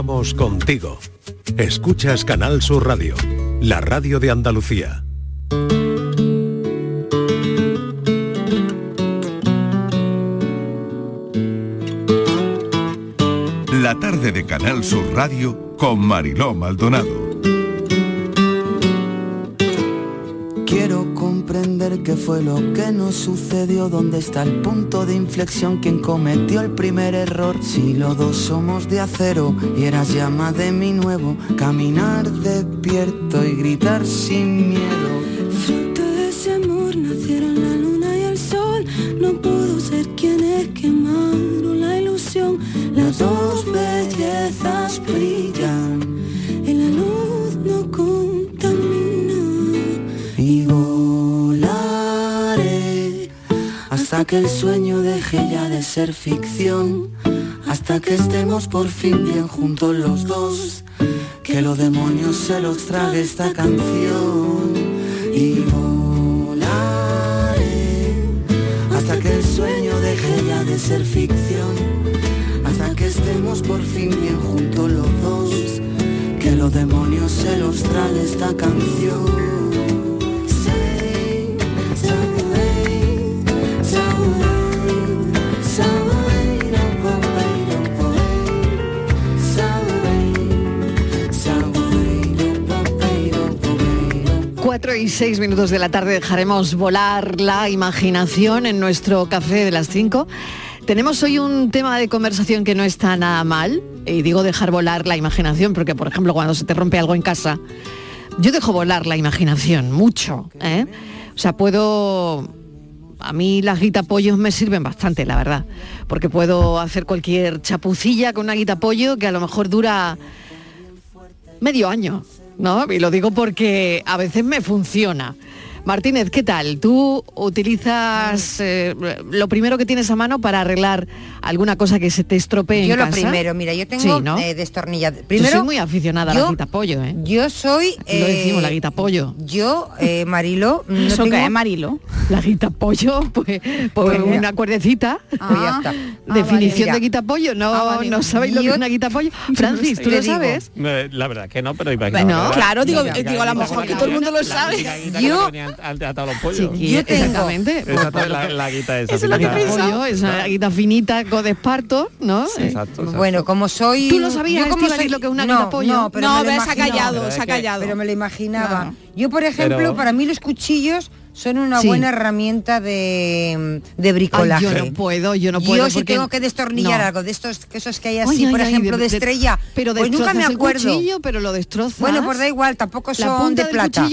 Vamos contigo. Escuchas Canal Sur Radio, la radio de Andalucía. La tarde de Canal Sur Radio con Mariló Maldonado. Quiero comprender qué fue lo que nos sucedió, dónde está el punto de inflexión, quién cometió el primer error. Si los dos somos de acero y eras llama de mi nuevo caminar despierto y gritar sin miedo. Fruto de ese amor nacieron la luna y el sol, no pudo ser quienes quemaron la ilusión. Las dos bellezas brillan y la luz no contamina. Y volaré hasta que el sueño deje ya de ser ficción, hasta que estemos por fin bien juntos los dos, que los demonios se los trague esta canción. Y volaré hasta que el sueño deje ya de ser ficción, hasta que estemos por fin bien juntos los dos, que los demonios se los trague esta canción. 4 y 6 minutos de la tarde dejaremos volar la imaginación en nuestro café de las 5. Tenemos hoy un tema de conversación que no está nada mal, y digo dejar volar la imaginación porque, por ejemplo, cuando se te rompe algo en casa, yo dejo volar la imaginación mucho, ¿eh? O sea, a mí las guitapollos me sirven bastante, la verdad, porque puedo hacer cualquier chapucilla con una guitapollo que a lo mejor dura medio año, ¿no? Y lo digo porque a veces me funciona. Martínez, ¿qué tal? ¿Tú utilizas lo primero que tienes a mano para arreglar alguna cosa que se te estropee en casa? Yo lo primero, mira, yo tengo sí, ¿no? Destornillador. Primero, tú soy muy aficionada a la guitapollo, ¿eh? Yo soy... lo decimos, la guitapollo. Yo, Mariló... no ¿Eso tengo... qué es, Mariló? La guitapollo, pues una cuerdecita. Pues ya está. Definición vale, de guitapollo, ¿no sabéis lo que es una guitapollo? Francis, ¿tú lo sabes? La verdad que no, pero imagino. Bueno, claro, digo a lo mejor que todo el mundo lo sabe. Yo... Atado los pollos. Sí, exactamente. Exacto, la guita esa. Eso es lo que pensaba. Es una guita finita de esparto, ¿no? Exacto. Bueno, como soy... ¿Tú lo sabías, Estíbaliz, lo que es una guitapollo? No, pero no, me lo se ha callado. Pero me lo imaginaba. Claro. Yo, por ejemplo, para mí los cuchillos son una buena herramienta de bricolaje. Ay, yo no puedo. Yo si tengo que destornillar algo de estos, que esos que hay así, por ejemplo, de estrella, pero pues nunca me acuerdo. El cuchillo, pero lo destrozas. Bueno, pues da igual, tampoco son de plata.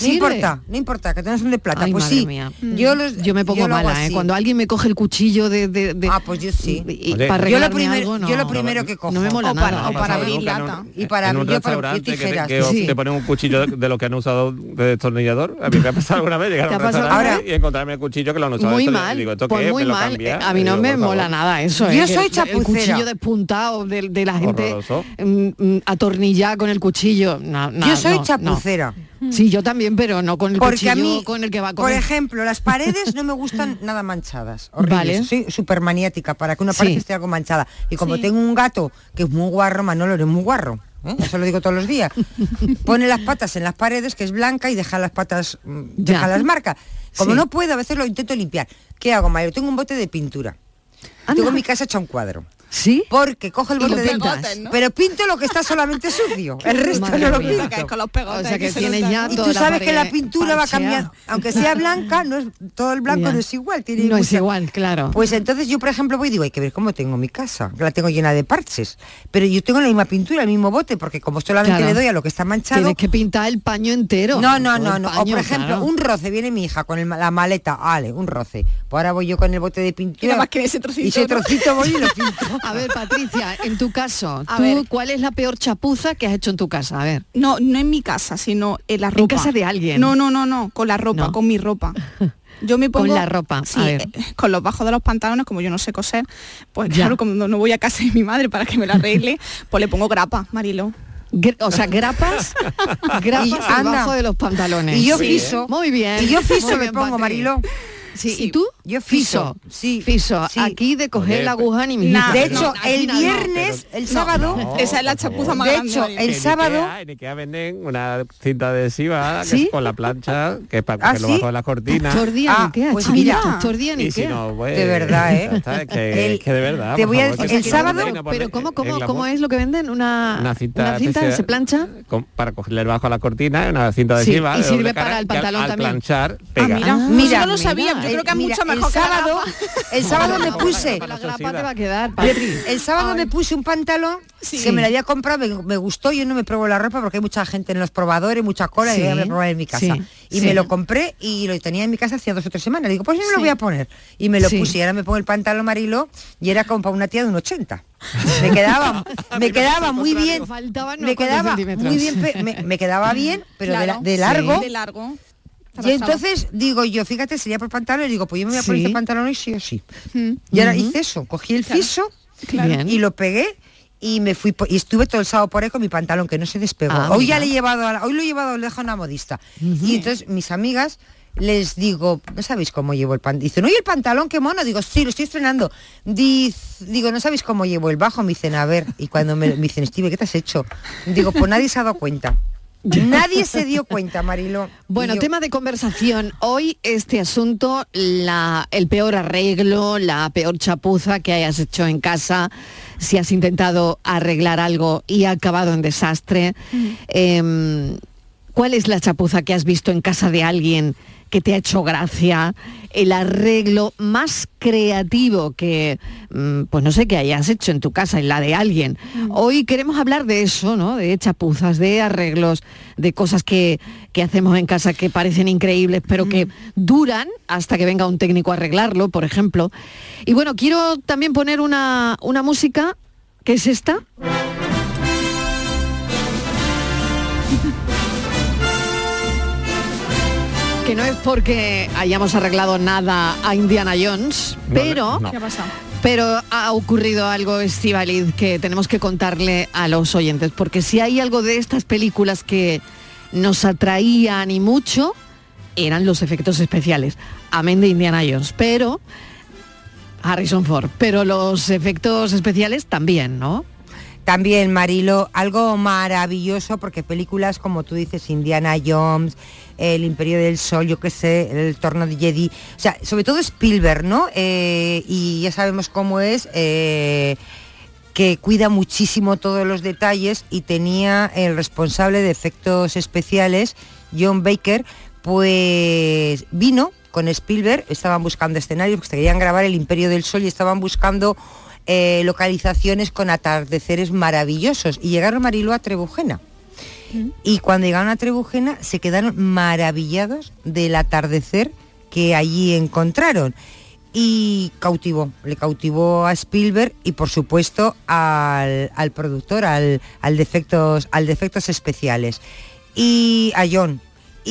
No importa, que no son de plata. Ay, pues madre sí, mía. yo me pongo mala, cuando alguien me coge el cuchillo de pues yo sí. Para arreglarme algo, no. Yo lo primero que cojo. No me mola nada. O para abrir lata. Y para en un restaurante tijeras. que te ponen un cuchillo de lo que han usado de destornillador. A mí me ha pasado alguna vez llegar a un restaurante y encontrarme el cuchillo que lo han usado. Muy mal, digo, ¿esto pues qué? muy mal. A mí no me mola nada eso. Yo soy chapucera. El cuchillo despuntado de la gente atornillada con el cuchillo. Yo soy chapucera. Sí, yo también, pero no con el cuchillo a mí, con el que va a comer. Por ejemplo, las paredes no me gustan nada manchadas. Horribles. Vale. Soy súper maniática para que una pared esté algo manchada. Y como tengo un gato que es muy guarro, Manolo es muy guarro. Eso lo digo todos los días. Pone las patas en las paredes, que es blanca, y deja las patas, deja las marcas. Como no puedo, a veces lo intento limpiar. ¿Qué hago, Mario? Tengo un bote de pintura. Tengo en mi casa hecho un cuadro. ¿Sí? Porque cojo el bote de pegotes, ¿no? pero pinto lo que está solamente sucio. El resto no lo pinto. Que es con los pegotes, o sea que tienes ya y toda tú sabes que la pared pintura va parcheada. cambiando, aunque sea blanca, no es todo el blanco no es igual, no es igual, claro. Pues entonces yo, por ejemplo, voy y digo, hay que ver cómo tengo mi casa, que la tengo llena de parches, pero yo tengo la misma pintura, el mismo bote, porque como solamente le doy a lo que está manchado. Tienes que pintar el paño entero. No. O por ejemplo, un roce, viene mi hija con la maleta, un roce. Pues ahora voy yo con el bote de pintura. Y nada más que ese trocito. Y ese trocito voy y lo pinto. A ver, Patricia, en tu caso, ver. ¿cuál es la peor chapuza que has hecho en tu casa? A ver. No en mi casa, sino en la ropa. ¿En casa de alguien? No, con la ropa, con mi ropa. Yo me pongo con la ropa, sí, a ver. Con los bajos de los pantalones, como yo no sé coser, pues claro, como no voy a casa de mi madre para que me la arregle, pues le pongo grapa, Mariló. O sea, grapas debajo de los pantalones. Y yo piso. Muy bien. Y yo piso Muy me bien, pongo, Patri. Mariló. Sí, ¿y tú? Yo fiso. Sí. Fiso. Sí. Aquí de coger la aguja ni mi De hecho, el viernes, el sábado... Esa es la chapuza más grande. De hecho, el sábado... En Ikea venden una cinta adhesiva que es con la plancha, que es para cogerlo bajo de las cortinas. Pues mira, y si no, pues, de verdad, que de verdad. Te voy a decir, el sábado... Pero ¿cómo es lo que venden? Una cinta se plancha para cogerle el bajo a la cortina, una cinta adhesiva. Y sirve para el pantalón al también. Planchar, pega. Mira, no lo sabía. Yo creo que es mucho mejor el sábado me puse... La grapa te va a quedar, el sábado me puse un pantalón que me lo había comprado, me gustó, yo no me pruebo la ropa porque hay mucha gente en los probadores, mucha cola, y me probé en mi casa. Y me lo compré y lo tenía en mi casa hacía 2 o 3 semanas. Digo, pues yo me lo voy a poner. Y me lo puse y ahora me pongo el pantalón, Marilo, y era como para una tía de un 80. Me quedaba muy bien. Me quedaba muy bien, me quedaba bien, pero de largo. De largo. Y entonces digo yo, fíjate, sería por pantalón, y digo, pues yo me voy a poner este pantalón hoy sí o sí. Y ahora hice eso, cogí el fiso y lo pegué y me fui y estuve todo el sábado por ahí con mi pantalón que no se despegó. Hoy ya le he llevado hoy lo he llevado, lo dejo a una modista. Y entonces mis amigas les digo, ¿no sabéis cómo llevo el pantalón? Dicen, oye, el pantalón, qué mono. Digo, sí, lo estoy estrenando. Digo, ¿no sabéis cómo llevo el bajo? Me dicen, a ver. Y cuando me dicen, Steve, ¿qué te has hecho? Digo, pues nadie se ha dado cuenta. Nadie se dio cuenta, Marilo. Bueno, tema de conversación. Hoy este asunto, el peor arreglo, la peor chapuza que hayas hecho en casa, si has intentado arreglar algo y ha acabado en desastre. ¿Cuál es la chapuza que has visto en casa de alguien que te ha hecho gracia? El arreglo más creativo que, pues no sé, que hayas hecho en tu casa, en la de alguien. Hoy queremos hablar de eso, ¿no? De chapuzas, de arreglos, de cosas que hacemos en casa que parecen increíbles, pero que duran hasta que venga un técnico a arreglarlo, por ejemplo. Y bueno, quiero también poner una música, que es esta. Que no es porque hayamos arreglado nada a Indiana Jones, pero ¿qué ha pasado? Pero ha ocurrido algo, Estíbaliz, que tenemos que contarle a los oyentes, porque si hay algo de estas películas que nos atraían y mucho, eran los efectos especiales, amén de Indiana Jones, pero Harrison Ford, pero los efectos especiales también, ¿no? También, Marilo, algo maravilloso, porque películas como tú dices, Indiana Jones, El Imperio del Sol, yo qué sé, El Torno de Jedi, o sea, sobre todo Spielberg, ¿no? Y ya sabemos cómo es, que cuida muchísimo todos los detalles, y tenía el responsable de efectos especiales, John Baker, pues vino con Spielberg, estaban buscando escenarios, porque querían grabar El Imperio del Sol y estaban buscando localizaciones con atardeceres maravillosos, y llegaron, Mariló, a Trebujena. Y cuando llegaron a Trebujena se quedaron maravillados del atardecer que allí encontraron, y le cautivó a Spielberg y por supuesto al productor, al de efectos especiales, y a John.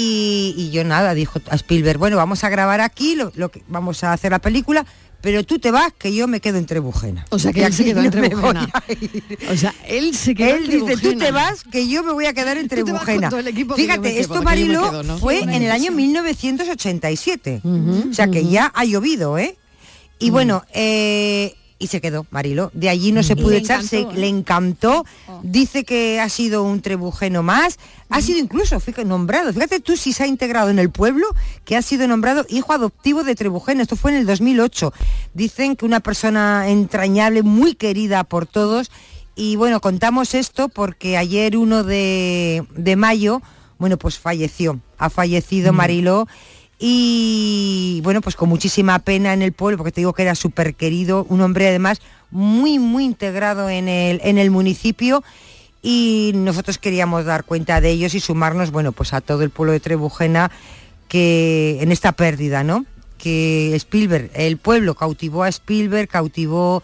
Y yo nada, dijo a Spielberg, bueno, vamos a grabar aquí, lo que vamos a hacer la película, pero tú te vas, que yo me quedo en Trebujena. O sea, que él se quedó en Trebujena. O sea, él se quedó en Trebujena. Él dice, tú te vas, que yo me voy a quedar en Trebujena. Fíjate, esto, Marilo, ¿no? Fue en el año 1987. O sea, que ya ha llovido, ¿eh? Y bueno, y se quedó, Marilo. De allí no se pudo echar, le encantó. Dice que ha sido un trebujeno más. Ha sido incluso nombrado, fíjate tú si se ha integrado en el pueblo, que ha sido nombrado hijo adoptivo de Trebujena. Esto fue en el 2008. Dicen que una persona entrañable, muy querida por todos. Y bueno, contamos esto porque ayer 1 de mayo, bueno, pues falleció. Ha fallecido Mariló. Y bueno, pues con muchísima pena en el pueblo, porque te digo que era súper querido, un hombre además muy, muy integrado en el municipio, y nosotros queríamos dar cuenta de ellos y sumarnos, bueno, pues a todo el pueblo de Trebujena, que en esta pérdida, ¿no? Que Spielberg, el pueblo cautivó a Spielberg, cautivó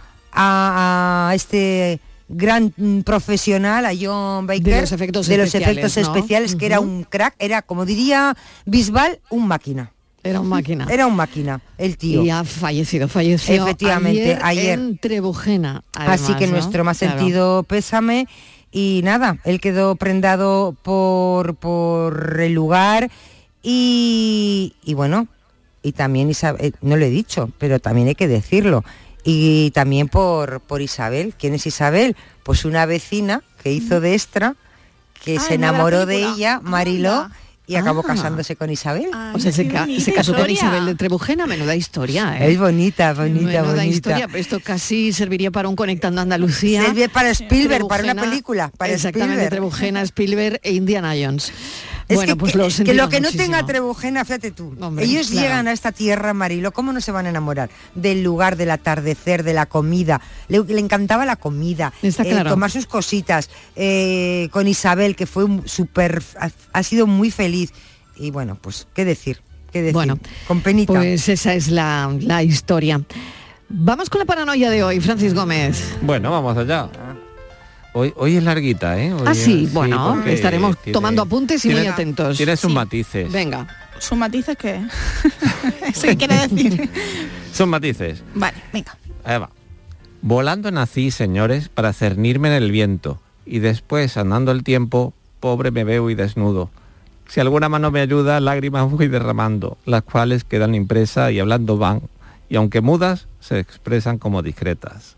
a este gran profesional, a John Baker, de los efectos especiales, ¿no? Que era un crack, era, como diría Bisbal, un máquina. Era un máquina. Era un máquina, el tío. Y ha falleció efectivamente ayer en Trebujena. Además, así que ¿no? Nuestro más sentido pésame, y nada, él quedó prendado por el lugar, y bueno, y también Isabel, no lo he dicho, pero también hay que decirlo, y también por Isabel. ¿Quién es Isabel? Pues una vecina que hizo de Extra, que se enamoró de ella, Mariló, y acabó casándose con Isabel. O sea, se casó con Isabel de Trebujena. Menuda historia, ¿eh? Es bonita. Menuda historia. Esto casi serviría para un Conectando Andalucía. Sirve para Spielberg, para una película. Para exactamente, Spielberg. Trebujena, Spielberg e Indiana Jones. Es bueno, pues que lo que no tenga Trebujena, fíjate tú. Hombre, ellos llegan a esta tierra, Marilo, ¿cómo no se van a enamorar? Del lugar, del atardecer, de la comida. Le encantaba la comida, claro. Tomar sus cositas, con Isabel, que fue ha sido muy feliz. Y bueno, pues, ¿qué decir? Bueno, con penita. Pues esa es la historia. Vamos con la paranoia de hoy, Francis Gómez. Bueno, vamos allá. Hoy es larguita, ¿eh? Bueno, estaremos tomando apuntes y muy atentos. Tiene sus matices. Venga. ¿Sus matices qué? ¿Eso qué quiere decir? Son matices. Vale, venga. Ahí va. Volando nací, señores, para cernirme en el viento, y después, andando el tiempo, pobre me veo y desnudo. Si alguna mano me ayuda, lágrimas voy derramando, las cuales quedan impresas y hablando van, y aunque mudas, se expresan como discretas.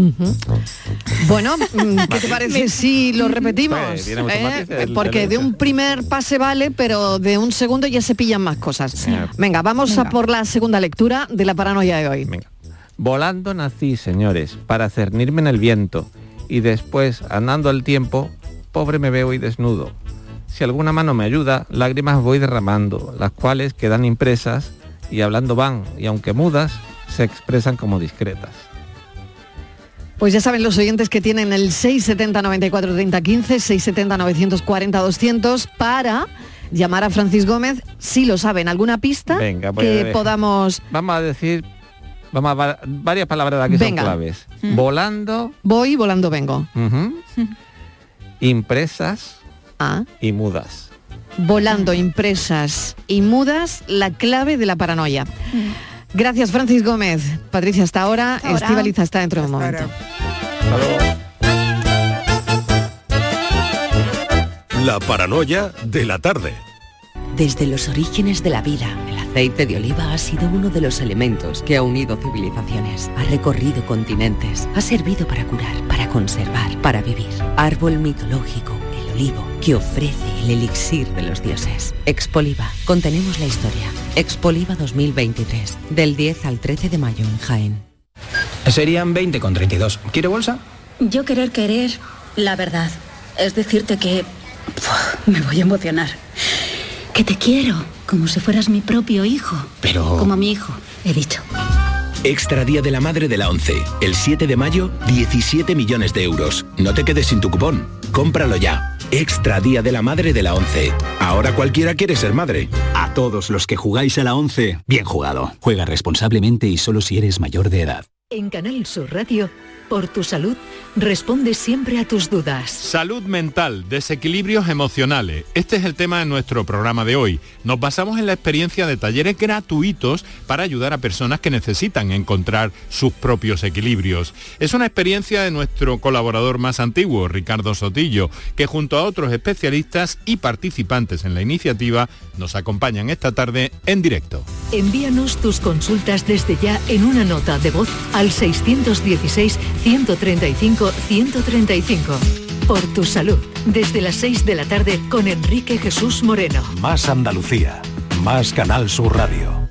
Bueno, ¿qué te parece si lo repetimos? Porque de un primer pase vale, pero de un segundo ya se pillan más cosas. Venga, vamos a por la segunda lectura de la paranoia de hoy. Venga. Volando nací, señores, para cernirme en el viento, y después, andando el tiempo, pobre me veo y desnudo. Si alguna mano me ayuda, lágrimas voy derramando, las cuales quedan impresas y hablando van, y aunque mudas, se expresan como discretas. Pues ya saben los oyentes que tienen el 670 94 30 15, 670 940 200 para llamar a Francis Gómez si lo saben. ¿Alguna pista? Venga, que podamos...? Vamos a decir varias palabras de aquí. Venga. Son claves. Volando... Voy, volando vengo. Impresas y mudas. Volando, impresas y mudas, la clave de la paranoia. Gracias, Francis Gómez. Patricia, hasta ahora. Estíbaliz, hasta dentro de un momento. La paranoia de la tarde. Desde los orígenes de la vida, el aceite de oliva ha sido uno de los elementos que ha unido civilizaciones. Ha recorrido continentes, ha servido para curar, para conservar, para vivir. Árbol mitológico, el olivo, que ofrece el elixir de los dioses. Expoliva, contenemos la historia. Expoliva 2023, del 10 al 13 de mayo en Jaén. Serían 20,32. ¿Quiere bolsa? Yo querer, la verdad. Es decirte que... me voy a emocionar. Que te quiero, como si fueras mi propio hijo. Pero... como mi hijo, he dicho. Extra Día de la Madre de la ONCE. El 7 de mayo, 17 millones de euros. No te quedes sin tu cupón. Cómpralo ya. Extra Día de la Madre de la ONCE. Ahora cualquiera quiere ser madre. A todos los que jugáis a la ONCE, bien jugado. Juega responsablemente y solo si eres mayor de edad. En Canal Sur Radio, por tu salud, responde siempre a tus dudas. Salud mental, desequilibrios emocionales. Este es el tema de nuestro programa de hoy. Nos basamos en la experiencia de talleres gratuitos para ayudar a personas que necesitan encontrar sus propios equilibrios. Es una experiencia de nuestro colaborador más antiguo, Ricardo Sotillo, que junto a otros especialistas y participantes en la iniciativa nos acompañan esta tarde en directo. Envíanos tus consultas desde ya en una nota de voz al 616-135-135. Por tu salud, desde las 6 de la tarde con Enrique Jesús Moreno. Más Andalucía, más Canal Sur Radio.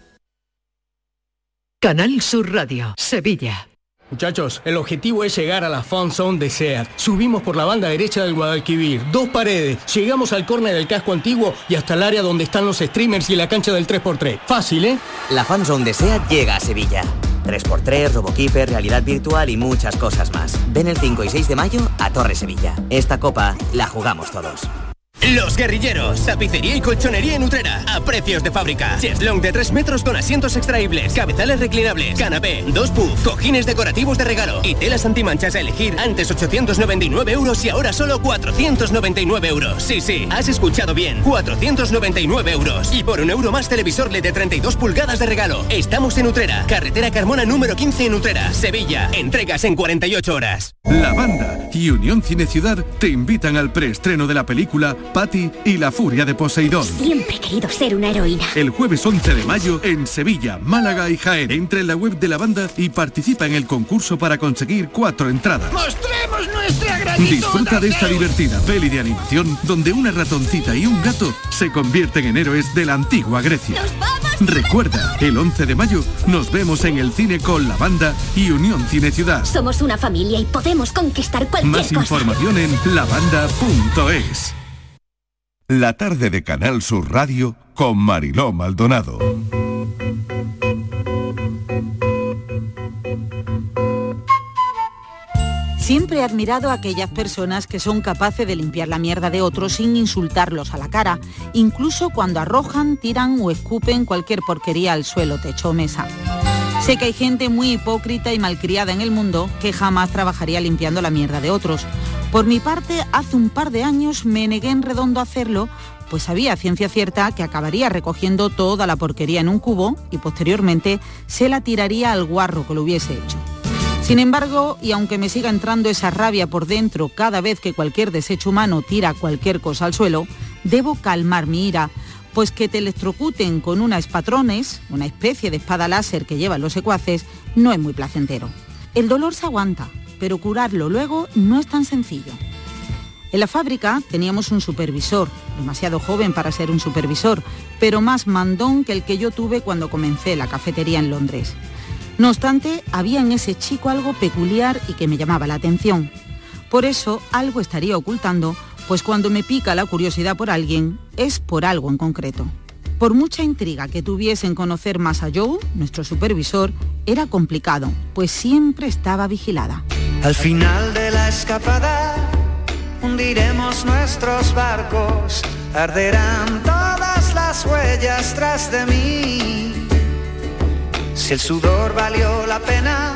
Canal Sur Radio, Sevilla. Muchachos, el objetivo es llegar a la Fan Zone de SEAT. Subimos por la banda derecha del Guadalquivir, 2 paredes, llegamos al córner del casco antiguo y hasta el área donde están los streamers y la cancha del 3x3. Fácil, ¿eh? La Fan Zone de SEAT llega a Sevilla. 3x3, RoboKeeper, realidad virtual y muchas cosas más. Ven el 5 y 6 de mayo a Torre Sevilla. Esta copa la jugamos todos. Los Guerrilleros, tapicería y colchonería en Utrera, a precios de fábrica. Cheslong de 3 metros con asientos extraíbles, cabezales reclinables, canapé, 2 puffs, cojines decorativos de regalo y telas antimanchas a elegir. Antes 899 euros y ahora solo 499 euros. Sí, has escuchado bien, 499 euros. Y por €1 más televisor LED de 32 pulgadas de regalo. Estamos en Utrera, carretera Carmona número 15 en Utrera, Sevilla. Entregas en 48 horas. La Banda y Unión Cine Ciudad te invitan al preestreno de la película Fati y la furia de Poseidón. Siempre he querido ser una heroína. El jueves 11 de mayo en Sevilla, Málaga y Jaén. Entra en la web de la banda y participa en el concurso para conseguir 4 entradas. ¡Mostremos nuestra gratitud! Disfruta de esta divertida peli de animación donde una ratoncita y un gato se convierten en héroes de la antigua Grecia. Recuerda, el 11 de mayo nos vemos en el cine con la banda y Unión Cine Ciudad. Somos una familia y podemos conquistar cualquier Más cosa. información en lavanda.es. La tarde de Canal Sur Radio con Mariló Maldonado. Siempre he admirado a aquellas personas que son capaces de limpiar la mierda de otros sin insultarlos a la cara, incluso cuando arrojan, tiran o escupen cualquier porquería al suelo, techo o mesa. Sé que hay gente muy hipócrita y malcriada en el mundo que jamás trabajaría limpiando la mierda de otros. Por mi parte, hace un par de años me negué en redondo a hacerlo, pues sabía a ciencia cierta que acabaría recogiendo toda la porquería en un cubo y posteriormente se la tiraría al guarro que lo hubiese hecho. Sin embargo, y aunque me siga entrando esa rabia por dentro cada vez que cualquier desecho humano tira cualquier cosa al suelo, debo calmar mi ira, pues que te electrocuten con una espatrones, una especie de espada láser que llevan los secuaces, no es muy placentero. El dolor se aguanta, pero curarlo luego no es tan sencillo. En la fábrica teníamos un supervisor, demasiado joven para ser un supervisor, pero más mandón que el que yo tuve cuando comencé la cafetería en Londres. No obstante, había en ese chico algo peculiar y que me llamaba la atención. Por eso, algo estaría ocultando, pues cuando me pica la curiosidad por alguien, es por algo en concreto. Por mucha intriga que tuviese en conocer más a Joe, nuestro supervisor, era complicado, pues siempre estaba vigilada. Al final de la escapada, hundiremos nuestros barcos, arderán todas las huellas tras de mí. Si el sudor valió la pena,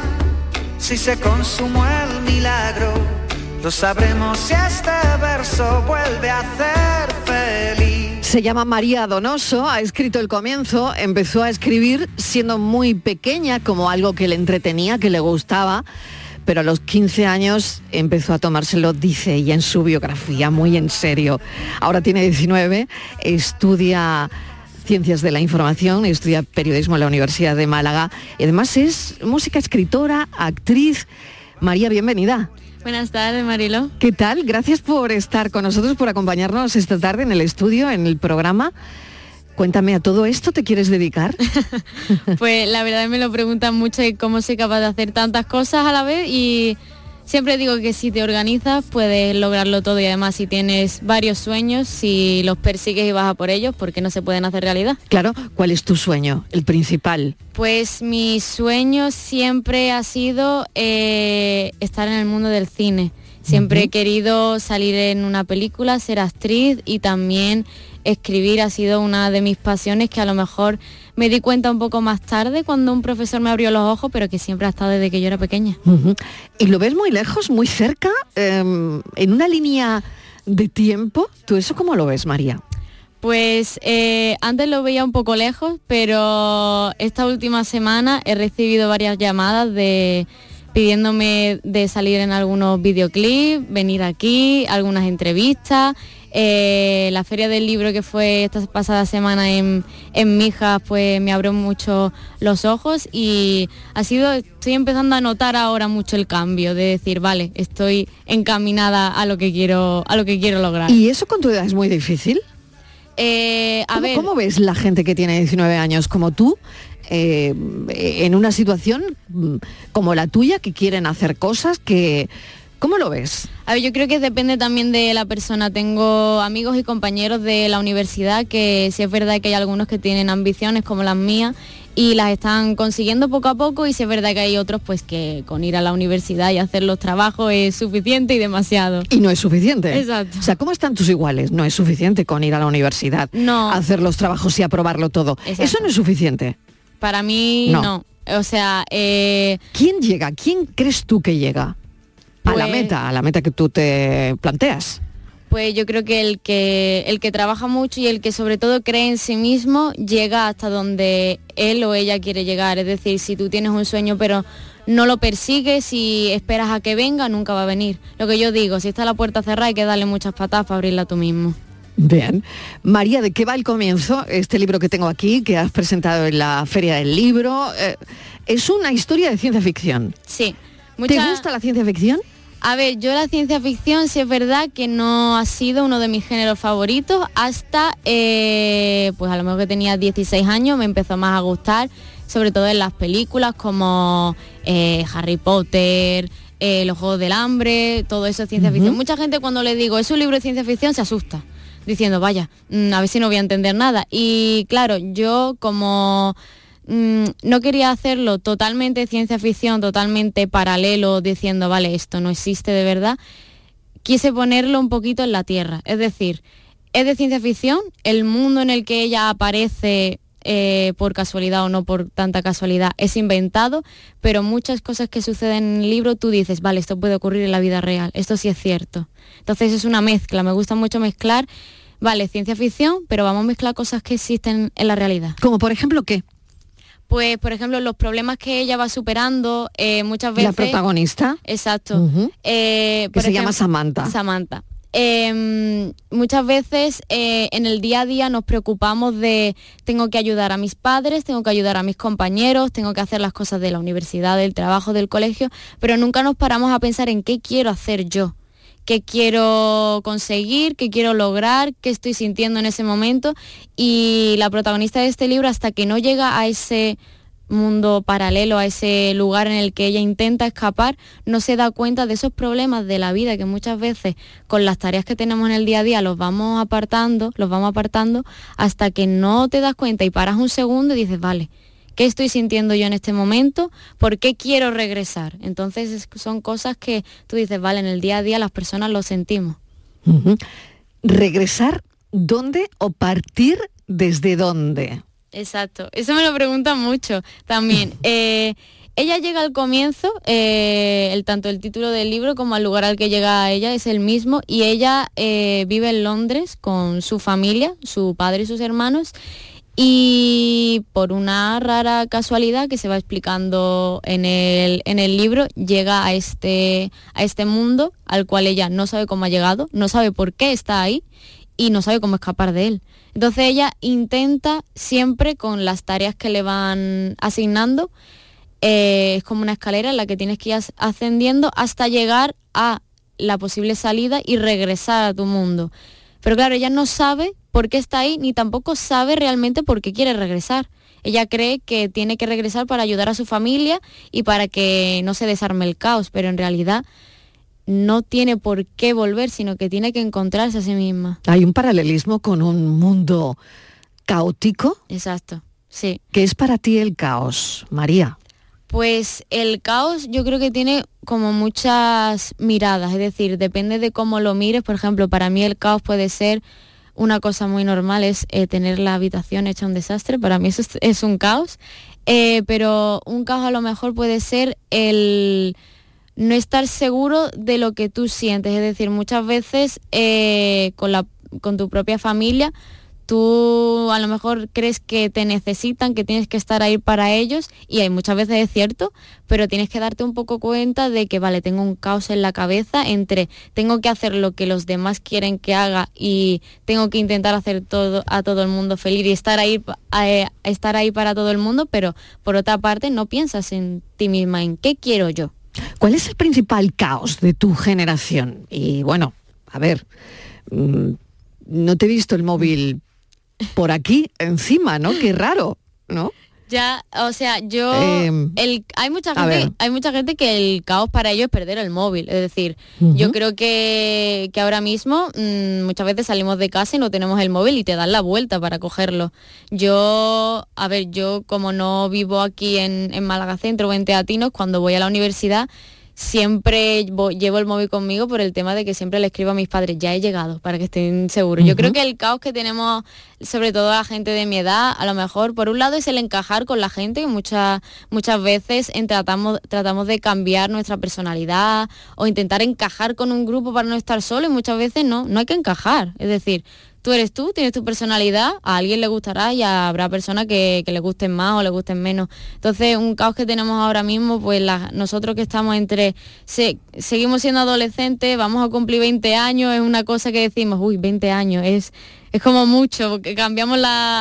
si se consumó el milagro, lo sabremos si este verso vuelve a hacer feliz. Se llama María Donoso, ha escrito el comienzo, empezó a escribir siendo muy pequeña como algo que le entretenía, que le gustaba, pero a los 15 años empezó a tomárselo, dice ella en su biografía, muy en serio. Ahora tiene 19, estudia Ciencias de la Información, estudia periodismo en la Universidad de Málaga y además es música, escritora, actriz. María, bienvenida. Buenas tardes, Marilo. ¿Qué tal? Gracias por estar con nosotros, por acompañarnos esta tarde en el estudio, en el programa. Cuéntame, ¿a todo esto te quieres dedicar? Pues la verdad me lo preguntan mucho de cómo soy capaz de hacer tantas cosas a la vez y siempre digo que si te organizas puedes lograrlo todo y además si tienes varios sueños, si los persigues y vas a por ellos, porque no se pueden hacer realidad. Claro, ¿cuál es tu sueño, el principal? Pues mi sueño siempre ha sido estar en el mundo del cine. Siempre he querido salir en una película, ser actriz y también escribir ha sido una de mis pasiones que a lo mejor me di cuenta un poco más tarde cuando un profesor me abrió los ojos, pero que siempre ha estado desde que yo era pequeña. ¿Y lo ves muy lejos, muy cerca, en una línea de tiempo? ¿Tú eso cómo lo ves, María? Pues antes lo veía un poco lejos, pero esta última semana he recibido varias llamadas pidiéndome de salir en algunos videoclips, venir aquí, algunas entrevistas. La feria del libro que fue esta pasada semana en Mijas, pues me abrió mucho los ojos y estoy empezando a notar ahora mucho el cambio de decir, vale, estoy encaminada a lo que quiero lograr. ¿Y eso con tu edad es muy difícil? ¿Cómo ves la gente que tiene 19 años como tú en una situación como la tuya, que quieren hacer cosas que... ¿Cómo lo ves? A ver, yo creo que depende también de la persona. Tengo amigos y compañeros de la universidad que sí es verdad que hay algunos que tienen ambiciones como las mías y las están consiguiendo poco a poco y sí es verdad que hay otros pues que con ir a la universidad y hacer los trabajos es suficiente y demasiado. Y no es suficiente. Exacto. O sea, ¿cómo están tus iguales? No es suficiente con ir a la universidad, no. Hacer los trabajos y aprobarlo todo. Exacto. Eso no es suficiente. Para mí no. O sea... ¿Quién llega? ¿Quién crees tú que llega? Pues, a la meta que tú te planteas. Pues yo creo que el que trabaja mucho y el que sobre todo cree en sí mismo llega hasta donde él o ella quiere llegar. Es decir, si tú tienes un sueño pero no lo persigues y esperas a que venga, nunca va a venir. Lo que yo digo, si está la puerta cerrada hay que darle muchas patadas para abrirla tú mismo. Bien. María, ¿de qué va el comienzo? Este libro que tengo aquí, que has presentado en la Feria del Libro, es una historia de ciencia ficción. Sí. ¿Te gusta la ciencia ficción? A ver, yo la ciencia ficción sí es verdad que no ha sido uno de mis géneros favoritos hasta, pues a lo mejor que tenía 16 años me empezó más a gustar, sobre todo en las películas como Harry Potter, Los Juegos del Hambre, todo eso es ciencia ficción. Mucha gente cuando le digo es un libro de ciencia ficción se asusta, diciendo vaya, a ver si no voy a entender nada. Y claro, yo como no quería hacerlo totalmente ciencia ficción, totalmente paralelo, diciendo vale, esto no existe de verdad, quise ponerlo un poquito en la tierra. Es decir, es de ciencia ficción, el mundo en el que ella aparece por casualidad o no por tanta casualidad es inventado, pero muchas cosas que suceden en el libro tú dices, vale, esto puede ocurrir en la vida real, esto sí es cierto. Entonces es una mezcla, me gusta mucho mezclar, vale, ciencia ficción, pero vamos a mezclar cosas que existen en la realidad. ¿Como por ejemplo qué? Pues, por ejemplo, los problemas que ella va superando muchas veces... La protagonista. Exacto. Que se llama Samantha. Samantha. Muchas veces en el día a día nos preocupamos de tengo que ayudar a mis padres, tengo que ayudar a mis compañeros, tengo que hacer las cosas de la universidad, del trabajo, del colegio, pero nunca nos paramos a pensar en qué quiero hacer yo, qué quiero conseguir, qué quiero lograr, qué estoy sintiendo en ese momento. Y la protagonista de este libro, hasta que no llega a ese mundo paralelo, a ese lugar en el que ella intenta escapar, no se da cuenta de esos problemas de la vida que muchas veces con las tareas que tenemos en el día a día los vamos apartando hasta que no te das cuenta y paras un segundo y dices, vale, ¿qué estoy sintiendo yo en este momento? ¿Por qué quiero regresar? Entonces son cosas que tú dices, vale, en el día a día las personas lo sentimos. ¿Regresar dónde o partir desde dónde? Exacto, eso me lo preguntan mucho también. Ella llega al comienzo, tanto el título del libro como el lugar al que llega ella es el mismo, y ella vive en Londres con su familia, su padre y sus hermanos, y por una rara casualidad que se va explicando en el libro, llega a este mundo al cual ella no sabe cómo ha llegado, no sabe por qué está ahí y no sabe cómo escapar de él. Entonces ella intenta siempre, con las tareas que le van asignando, es como una escalera en la que tienes que ir ascendiendo hasta llegar a la posible salida y regresar a tu mundo. Pero claro, ella no sabe por qué está ahí, ni tampoco sabe realmente por qué quiere regresar. Ella cree que tiene que regresar para ayudar a su familia y para que no se desarme el caos, pero en realidad no tiene por qué volver, sino que tiene que encontrarse a sí misma. Hay un paralelismo con un mundo caótico. Exacto, sí. ¿Qué es para ti el caos, María? Pues el caos yo creo que tiene como muchas miradas, es decir, depende de cómo lo mires. Por ejemplo, para mí el caos puede ser una cosa muy normal, es tener la habitación hecha un desastre, para mí eso es un caos, pero un caos a lo mejor puede ser el no estar seguro de lo que tú sientes, es decir, muchas veces con tu propia familia, tú a lo mejor crees que te necesitan, que tienes que estar ahí para ellos, y hay muchas veces es cierto, pero tienes que darte un poco cuenta de que, vale, tengo un caos en la cabeza entre tengo que hacer lo que los demás quieren que haga y tengo que intentar hacer a todo el mundo feliz y estar ahí para todo el mundo, pero por otra parte no piensas en ti misma, en qué quiero yo. ¿Cuál es el principal caos de tu generación? Y bueno, a ver, no te he visto el móvil por aquí encima, ¿no? Qué raro, ¿no? Ya, o sea, hay mucha gente que el caos para ellos es perder el móvil. Es decir, yo creo que ahora mismo muchas veces salimos de casa y no tenemos el móvil y te dan la vuelta para cogerlo. Yo como no vivo aquí en Málaga Centro o en Teatinos, cuando voy a la universidad siempre llevo el móvil conmigo por el tema de que siempre le escribo a mis padres, ya he llegado, para que estén seguros. Yo creo que el caos que tenemos, sobre todo la gente de mi edad, a lo mejor, por un lado es el encajar con la gente, que muchas veces tratamos de cambiar nuestra personalidad o intentar encajar con un grupo para no estar solo, y muchas veces no hay que encajar. Es decir, tú eres tú, tienes tu personalidad, a alguien le gustará y habrá personas que le gusten más o le gusten menos. Entonces, un caos que tenemos ahora mismo, pues nosotros que estamos seguimos siendo adolescentes, vamos a cumplir 20 años, es una cosa que decimos, uy, 20 años, es como mucho, porque cambiamos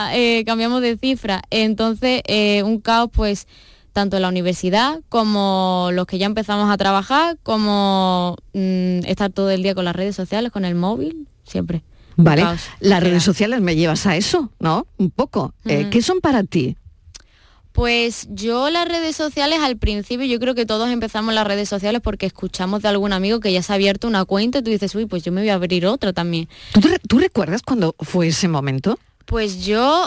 de cifra. Entonces, un caos, pues, tanto en la universidad como los que ya empezamos a trabajar, como estar todo el día con las redes sociales, con el móvil, siempre. Vale, las redes sociales me llevas a eso, ¿no? Un poco. ¿Qué son para ti? Pues yo las redes sociales al principio, yo creo que todos empezamos las redes sociales porque escuchamos de algún amigo que ya se ha abierto una cuenta y tú dices, uy, pues yo me voy a abrir otra también. ¿Tú recuerdas cuándo fue ese momento? Pues yo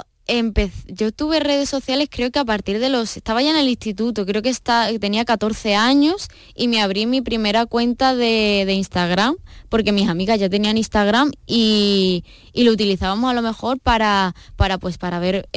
tuve redes sociales creo que a partir de estaba ya en el instituto, creo que tenía 14 años y me abrí mi primera cuenta de Instagram, porque mis amigas ya tenían Instagram y lo utilizábamos a lo mejor para ver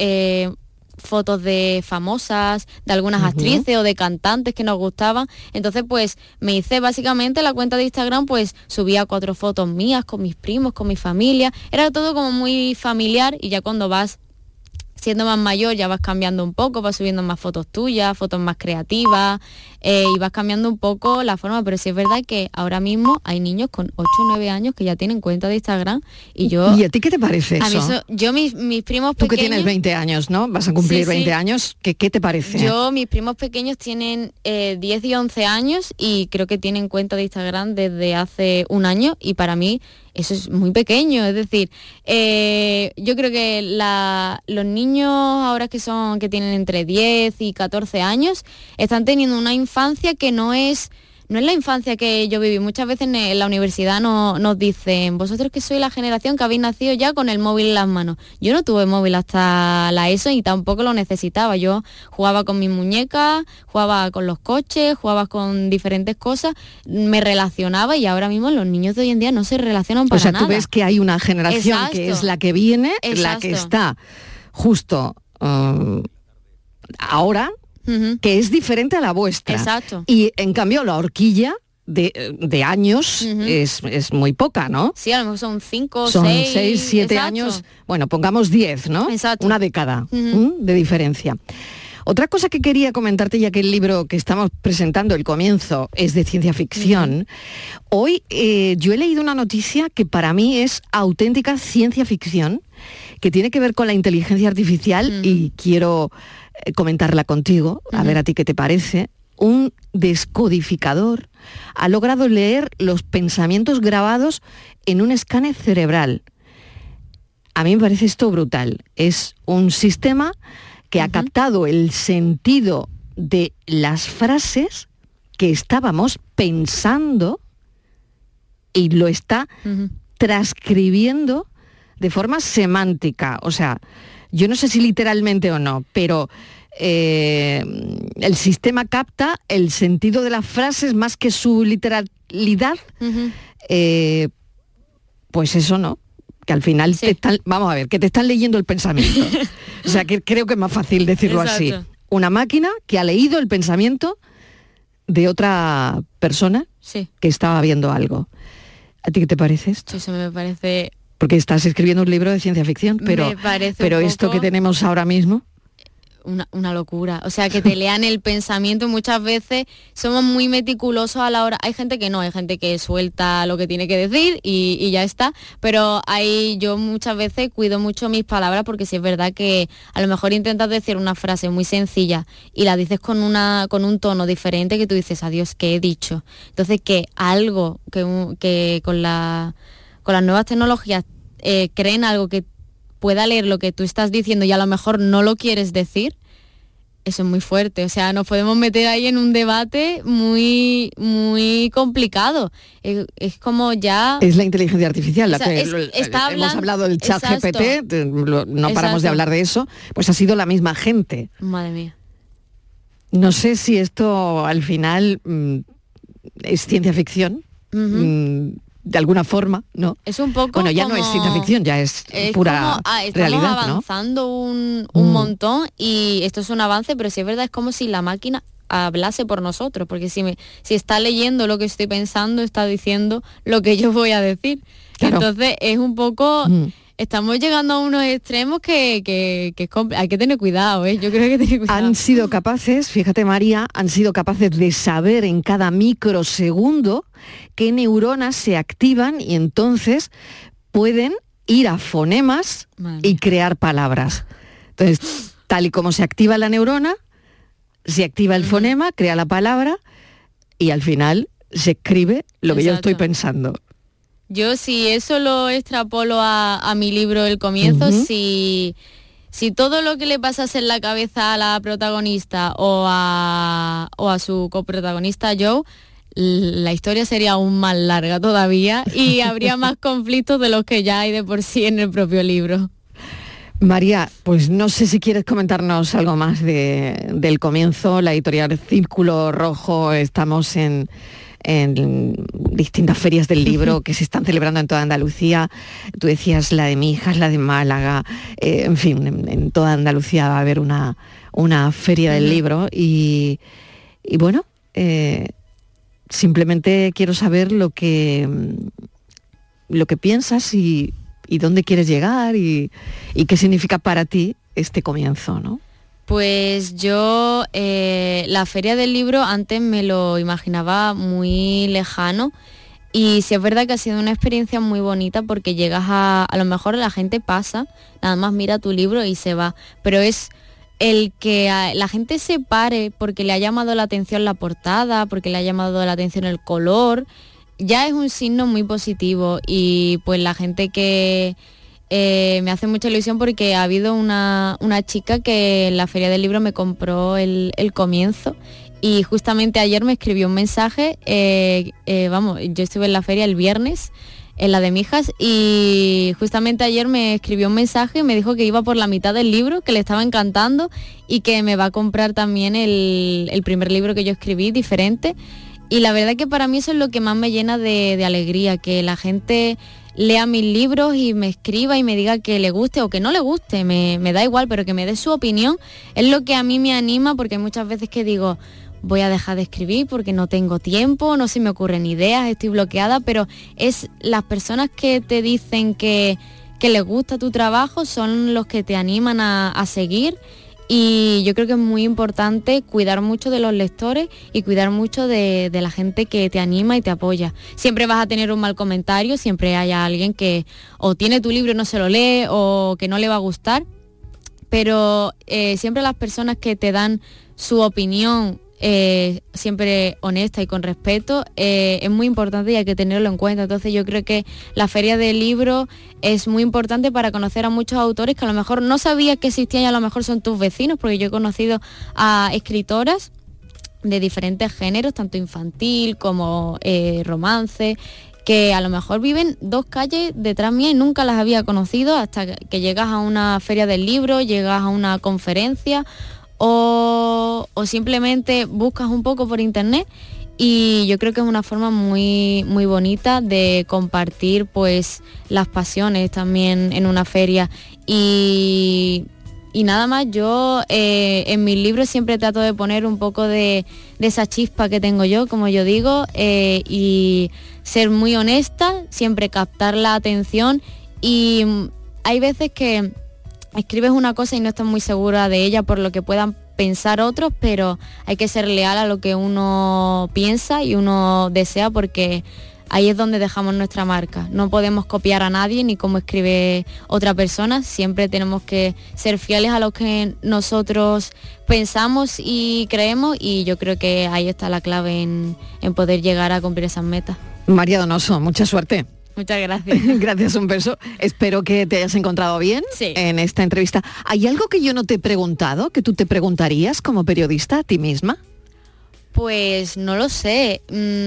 fotos de famosas, de algunas actrices o de cantantes que nos gustaban. Entonces pues me hice básicamente la cuenta de Instagram, pues subía 4 fotos mías con mis primos, con mi familia, era todo como muy familiar, y ya cuando vas siendo más mayor ya vas cambiando un poco, vas subiendo más fotos tuyas, fotos más creativas, y vas cambiando un poco la forma, pero sí es verdad que ahora mismo hay niños con 8 o 9 años que ya tienen cuenta de Instagram y yo... ¿Y a ti qué te parece eso? Yo mis primos pequeños... Tú que tienes 20 años, ¿no? Vas a cumplir 20 años, ¿qué te parece? Mis primos pequeños tienen 10 y 11 años y creo que tienen cuenta de Instagram desde hace un año, y para mí eso es muy pequeño, es decir, yo creo que los niños ahora que tienen entre 10 y 14 años están teniendo una infancia que no es la infancia que yo viví. Muchas veces en la universidad nos dicen, vosotros que sois la generación que habéis nacido ya con el móvil en las manos. Yo no tuve móvil hasta la ESO y tampoco lo necesitaba. Yo jugaba con mis muñecas, jugaba con los coches, jugaba con diferentes cosas, me relacionaba, y ahora mismo los niños de hoy en día no se relacionan para nada. O sea, tú ves que hay una generación que es la que viene, la que está justo ahora, que es diferente a la vuestra. Exacto. Y en cambio la horquilla de años es muy poca, ¿no? Sí, a lo mejor son 5, son 6, 6, 7 años, bueno, pongamos 10, ¿no? Exacto. Una década de diferencia. Otra cosa que quería comentarte, ya que el libro que estamos presentando, El comienzo, es de ciencia ficción, hoy yo he leído una noticia que para mí es auténtica ciencia ficción, que tiene que ver con la inteligencia artificial y quiero comentarla contigo, a ver a ti qué te parece. Un descodificador ha logrado leer los pensamientos grabados en un escáner cerebral. A mí me parece esto brutal. Es un sistema que ha captado el sentido de las frases que estábamos pensando y lo está transcribiendo de forma semántica. O sea, yo no sé si literalmente o no, pero el sistema capta el sentido de las frases más que su literalidad. Pues eso, ¿no? Que al final te están leyendo el pensamiento. O sea, que creo que es más fácil decirlo así. Una máquina que ha leído el pensamiento de otra persona que estaba viendo algo. ¿A ti qué te parece esto? Eso me parece... Porque estás escribiendo un libro de ciencia ficción, pero esto que tenemos ahora mismo... Una locura, o sea, que te lean el pensamiento. Muchas veces somos muy meticulosos a la hora, hay gente que no, hay gente que suelta lo que tiene que decir y ya está, pero yo muchas veces cuido mucho mis palabras, porque si es verdad que a lo mejor intentas decir una frase muy sencilla y la dices con un tono diferente, que tú dices, adiós, ¿qué he dicho? Entonces que algo que con las nuevas tecnologías creen algo que pueda leer lo que tú estás diciendo y a lo mejor no lo quieres decir, eso es muy fuerte. O sea, nos podemos meter ahí en un debate muy, muy complicado. Es como ya... Es la inteligencia artificial, hemos hablado del chat GPT, no paramos de hablar de eso, pues ha sido la misma gente. Madre mía. No sé si esto al final es ciencia ficción, de alguna forma, ¿no? Es un poco bueno, ya no es ciencia ficción, ya es pura realidad, ¿no? Estamos avanzando un montón, y esto es un avance, pero sí es verdad, es como si la máquina hablase por nosotros, porque si está leyendo lo que estoy pensando, está diciendo lo que yo voy a decir. Claro. Entonces es un poco estamos llegando a unos extremos que hay que tener cuidado, ¿eh? Yo creo que hay que tener cuidado. Han sido capaces, fíjate María, han sido capaces de saber en cada microsegundo qué neuronas se activan y entonces pueden ir a fonemas y crear palabras. Entonces, tal y como se activa la neurona, se activa el fonema, crea la palabra y al final se escribe lo que yo estoy pensando. Yo si eso lo extrapolo a mi libro El Comienzo, si todo lo que le pasase en la cabeza a la protagonista o a su coprotagonista Joe, la historia sería aún más larga todavía y habría más conflictos de los que ya hay de por sí en el propio libro. María, pues no sé si quieres comentarnos algo más del Comienzo, la editorial Círculo Rojo. Estamos en distintas ferias del libro que se están celebrando en toda Andalucía. Tú decías la de Mijas, la de Málaga, en fin, en toda Andalucía va a haber una feria del libro y bueno, simplemente quiero saber lo que piensas y dónde quieres llegar y qué significa para ti este comienzo, ¿no? Pues yo la Feria del Libro antes me lo imaginaba muy lejano y sí es verdad que ha sido una experiencia muy bonita porque llegas a lo mejor la gente pasa, nada más mira tu libro y se va, pero es el que la gente se pare porque le ha llamado la atención la portada, porque le ha llamado la atención el color, ya es un signo muy positivo y pues la gente que... me hace mucha ilusión porque ha habido una chica que en la Feria del Libro me compró el Comienzo y justamente ayer me escribió un mensaje, yo estuve en la feria el viernes, en la de Mijas, y justamente ayer me escribió un mensaje y me dijo que iba por la mitad del libro, que le estaba encantando y que me va a comprar también el primer libro que yo escribí, Diferente, y la verdad que para mí eso es lo que más me llena de alegría, que la gente lea mis libros y me escriba y me diga que le guste o que no le guste, me da igual, pero que me dé su opinión, es lo que a mí me anima, porque hay muchas veces que digo, voy a dejar de escribir porque no tengo tiempo, no se me ocurren ideas, estoy bloqueada, pero es las personas que te dicen que les gusta tu trabajo, son los que te animan a seguir. Y yo creo que es muy importante cuidar mucho de los lectores y cuidar mucho de la gente que te anima y te apoya. Siempre vas a tener un mal comentario, siempre hay alguien que o tiene tu libro y no se lo lee o que no le va a gustar, pero siempre las personas que te dan su opinión siempre honesta y con respeto, es muy importante y hay que tenerlo en cuenta. Entonces yo creo que la Feria del Libro es muy importante para conocer a muchos autores que a lo mejor no sabías que existían y a lo mejor son tus vecinos, porque yo he conocido a escritoras de diferentes géneros, tanto infantil como romance, que a lo mejor viven 2 calles detrás mía y nunca las había conocido hasta que llegas a una Feria del Libro, llegas a una conferencia o simplemente buscas un poco por internet, y yo creo que es una forma muy, muy bonita de compartir pues las pasiones también en una feria. Y nada más, yo en mis libros siempre trato de poner un poco de esa chispa que tengo yo, como yo digo, y ser muy honesta, siempre captar la atención, y hay veces que escribes una cosa y no estás muy segura de ella por lo que puedan pensar otros, pero hay que ser leal a lo que uno piensa y uno desea, porque ahí es donde dejamos nuestra marca. No podemos copiar a nadie ni cómo escribe otra persona, siempre tenemos que ser fieles a lo que nosotros pensamos y creemos, y yo creo que ahí está la clave en poder llegar a cumplir esas metas. María Donoso, mucha suerte. Muchas gracias. Gracias, un beso. Espero que te hayas encontrado bien en esta entrevista. ¿Hay algo que yo no te he preguntado, que tú te preguntarías como periodista a ti misma? Pues no lo sé.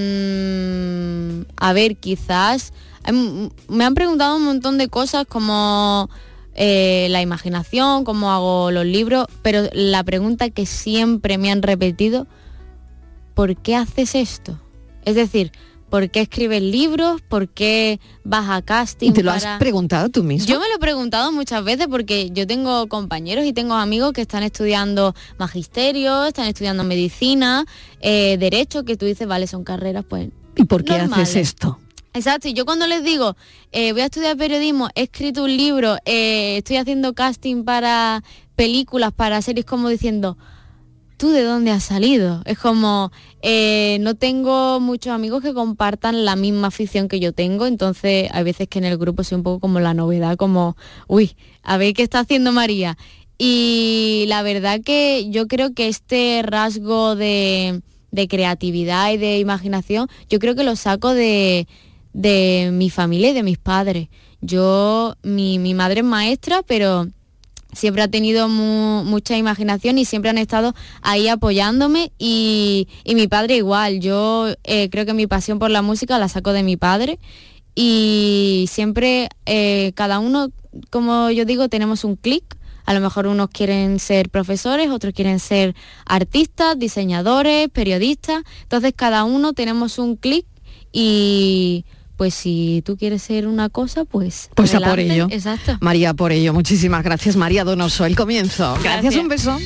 A ver, quizás... Me han preguntado un montón de cosas como la imaginación, cómo hago los libros, pero la pregunta que siempre me han repetido, ¿por qué haces esto? Es decir, ¿por qué escribes libros? ¿Por qué vas a casting? ¿Y te lo has preguntado tú mismo? Yo me lo he preguntado muchas veces porque yo tengo compañeros y tengo amigos que están estudiando magisterio, están estudiando medicina, derecho, que tú dices, vale, son carreras pues ¿Y por qué normales. haces esto? Exacto, y yo cuando les digo, voy a estudiar periodismo, he escrito un libro, estoy haciendo casting para películas, para series, como diciendo, ¿tú de dónde has salido? Es como, no tengo muchos amigos que compartan la misma afición que yo tengo, entonces hay veces que en el grupo soy un poco como la novedad, como, uy, a ver qué está haciendo María. Y la verdad que yo creo que este rasgo de creatividad y de imaginación, yo creo que lo saco de mi familia y de mis padres. Mi madre es maestra, pero siempre ha tenido mucha imaginación y siempre han estado ahí apoyándome y mi padre igual. Yo creo que mi pasión por la música la saco de mi padre y siempre cada uno, como yo digo, tenemos un clic. A lo mejor unos quieren ser profesores, otros quieren ser artistas, diseñadores, periodistas. Entonces cada uno tenemos un clic y pues si tú quieres ser una cosa, pues a por ello. Exacto. María, por ello. Muchísimas gracias, María Donoso. El comienzo. Gracias, un beso.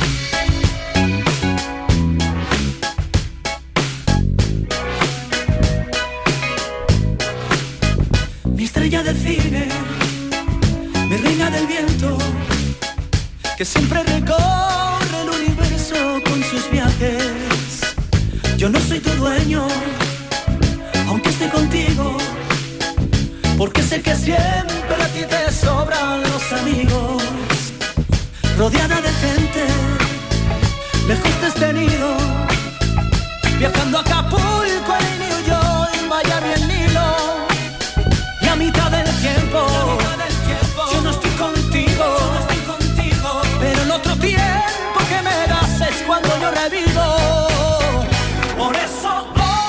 Mi estrella del cine, mi reina del viento, que siempre recorre el universo con sus viajes. Yo no soy tu dueño, aunque esté contigo, porque sé que siempre a ti te sobran los amigos. Rodeada de gente, lejos de este nido, viajando a Acapulco, en New York, en Miami, en Nilo, y a mitad del tiempo, yo no estoy contigo. Pero el otro tiempo que me das es cuando yo revivo. Por eso,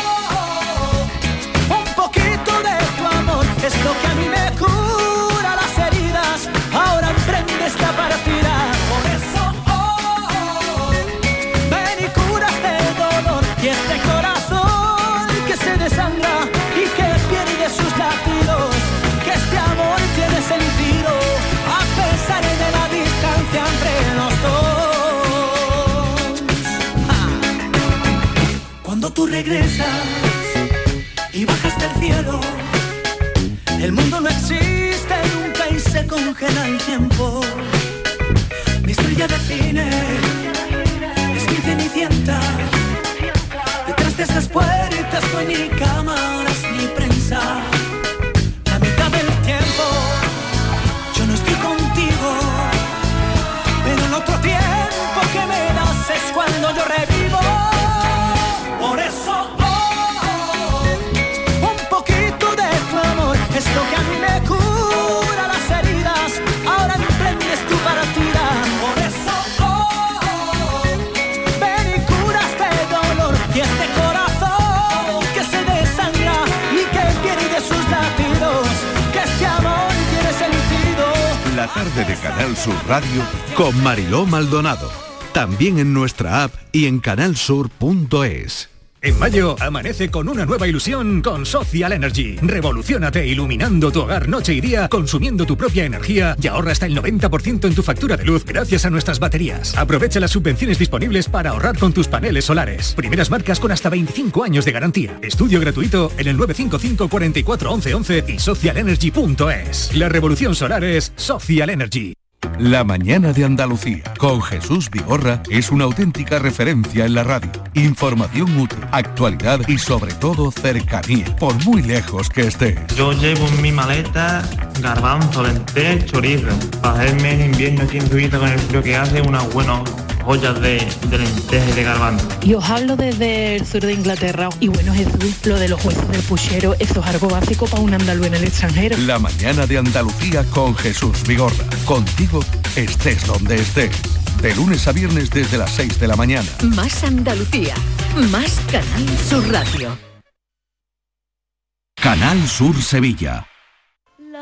un poquito de tu amor es lo que a mí me cura las heridas. Ahora emprende esta partida. Por eso, ven y cura este dolor y este corazón que se desangra y que pierde sus latidos. Que este amor tiene sentido a pesar de la distancia entre los dos. Cuando tú regresas y bajas del cielo, el mundo no existe nunca y se congela el tiempo. Mi estrella de cine es mi cenicienta. Detrás de esas puertas no hay ni cámaras ni prensa. La mitad del tiempo yo no estoy contigo, pero el otro tiempo que me das es cuando yo revivo. Por eso, un poquito de tu amor es lo que a mí me cura las heridas. Ahora emprendes tu partida. Por eso, ven y cura este dolor y este corazón que se desangra y que pierde sus latidos. Que este amor tiene sentido. La tarde de Canal Sur Radio con Mariló Maldonado. También en nuestra app y en canalsur.es. En mayo, amanece con una nueva ilusión con Social Energy. Revoluciónate iluminando tu hogar noche y día, consumiendo tu propia energía y ahorra hasta el 90% en tu factura de luz gracias a nuestras baterías. Aprovecha las subvenciones disponibles para ahorrar con tus paneles solares. Primeras marcas con hasta 25 años de garantía. Estudio gratuito en el 955 44 11 11 y socialenergy.es. La revolución solar es Social Energy. La mañana de Andalucía con Jesús Vigorra es una auténtica referencia en la radio. Información útil, actualidad y sobre todo cercanía, por muy lejos que estés. Yo llevo en mi maleta garbanzo, lentejas, chorizo. Para hacerme en invierno aquí en Suiza con el frío que hace, unas buenas ollas de lentejas y de garbanzo. Y os hablo desde el sur de Inglaterra. Y bueno, Jesús, lo de los huesos del puchero, eso es algo básico para un andaluz en el extranjero. La mañana de Andalucía con Jesús Vigorra. Contigo estés donde estés. De lunes a viernes desde las 6 de la mañana. Más Andalucía, más Canal Sur Radio. Canal Sur Sevilla. La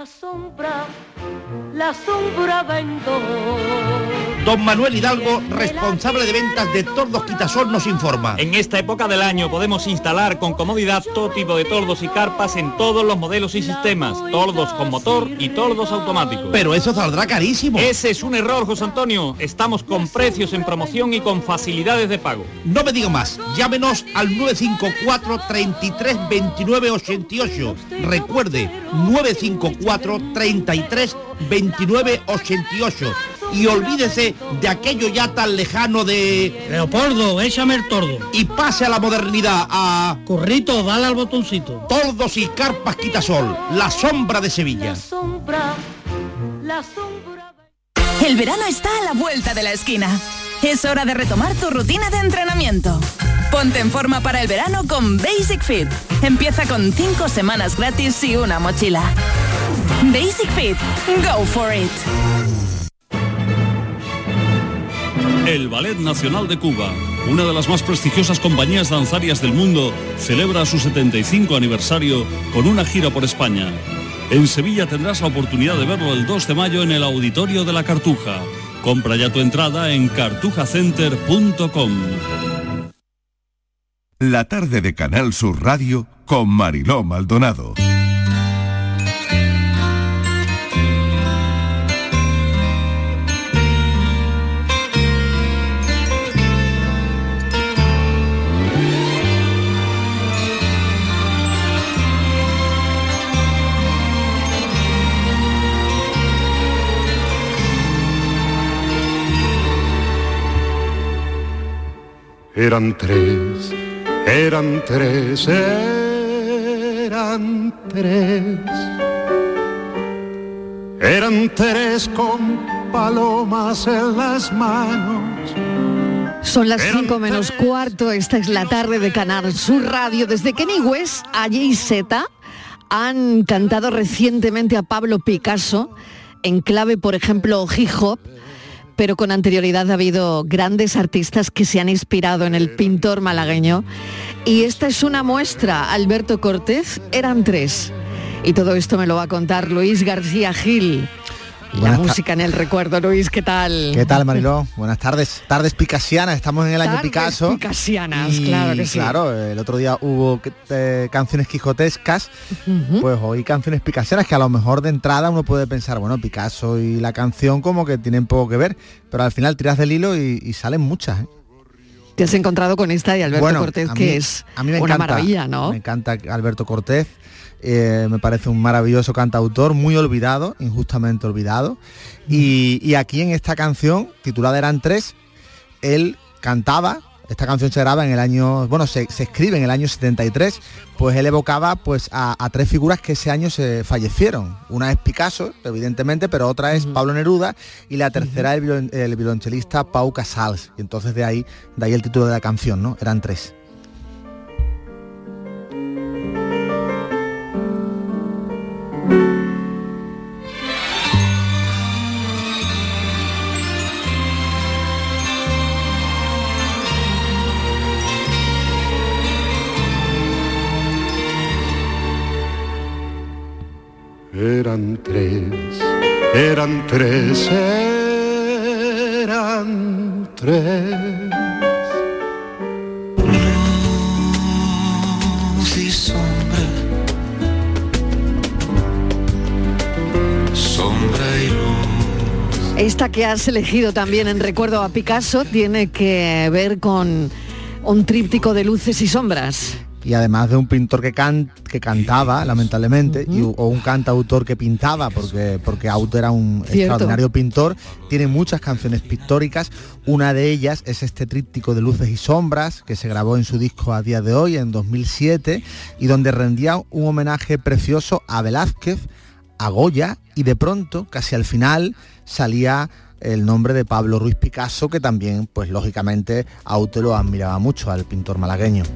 La sombra vendó. Don Manuel Hidalgo, responsable de ventas de Tordos Quitasol, nos informa. En esta época del año podemos instalar con comodidad todo tipo de tordos y carpas en todos los modelos y sistemas, tordos con motor y tordos automáticos. Pero eso saldrá carísimo. Ese es un error, José Antonio. Estamos con precios en promoción y con facilidades de pago. No me diga más, llámenos al 954 33 29 88. Recuerde, 954 33 29 88. Y olvídese de aquello ya tan lejano de... Leopoldo, échame el tordo. Y pase a la modernidad, a... Corrito, dale al botoncito. Tordos y carpas Quitasol, la sombra de Sevilla. La sombra. El verano está a la vuelta de la esquina. Es hora de retomar tu rutina de entrenamiento. Ponte en forma para el verano con Basic Fit. Empieza con 5 semanas gratis y una mochila. Basic Fit. Go for it. El Ballet Nacional de Cuba, una de las más prestigiosas compañías danzarias del mundo, celebra su 75 aniversario con una gira por España. En Sevilla tendrás la oportunidad de verlo el 2 de mayo en el Auditorio de la Cartuja. Compra ya tu entrada en cartujacenter.com. La tarde de Canal Sur Radio con Mariló Maldonado. Eran tres, eran tres, eran tres. Eran tres con palomas en las manos. Son las 5 menos cuarto, esta es la tarde de Canal Sur Radio. Desde Kenny West a Jay Z han cantado recientemente a Pablo Picasso en clave, por ejemplo, hip hop, pero con anterioridad ha habido grandes artistas que se han inspirado en el pintor malagueño. Y esta es una muestra, Alberto Cortés, eran tres. Y todo esto me lo va a contar Luis García Gil. La música en el recuerdo. Luis, ¿qué tal? ¿Qué tal, Mariló? Buenas tardes. Tardes picasianas, estamos en el año Picasso. Picasianas, claro que sí. Claro, el otro día hubo canciones quijotescas, pues hoy canciones picasianas, que a lo mejor de entrada uno puede pensar, bueno, Picasso y la canción como que tienen poco que ver, pero al final tiras del hilo y salen muchas, ¿eh? Te has encontrado con esta de Alberto Cortés, que es a mí me una encanta, maravilla, ¿no? Me encanta Alberto Cortés. Me parece un maravilloso cantautor, muy olvidado, injustamente olvidado. Y aquí en esta canción, titulada Eran tres, él cantaba, esta canción se graba en el año, bueno, se escribe en el año 73, pues él evocaba pues a tres figuras que ese año se fallecieron. Una es Picasso, evidentemente, pero otra es Pablo Neruda, y la tercera el violonchelista Pau Casals. Y entonces de ahí el título de la canción, ¿no? Eran tres. Eran tres, eran tres, eran tres. Luz y sombra, sombra y luz. Esta que has elegido también en recuerdo a Picasso tiene que ver con un tríptico de luces y sombras. Y además de un pintor que cantaba, lamentablemente, o un cantautor que pintaba, porque Auto era un extraordinario pintor, tiene muchas canciones pictóricas. Una de ellas es este tríptico de luces y sombras, que se grabó en su disco A Día de Hoy, en 2007, y donde rendía un homenaje precioso a Velázquez, a Goya, y de pronto, casi al final, salía el nombre de Pablo Ruiz Picasso, que también, pues lógicamente, Auto lo admiraba mucho al pintor malagueño.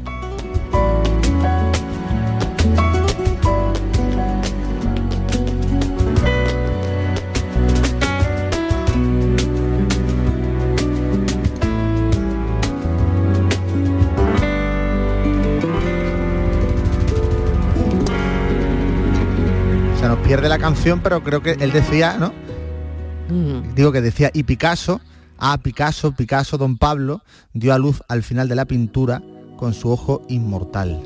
pierde la canción, pero creo que él decía, ¿no? Digo que decía, y Picasso, Picasso, don Pablo, dio a luz al final de la pintura con su ojo inmortal.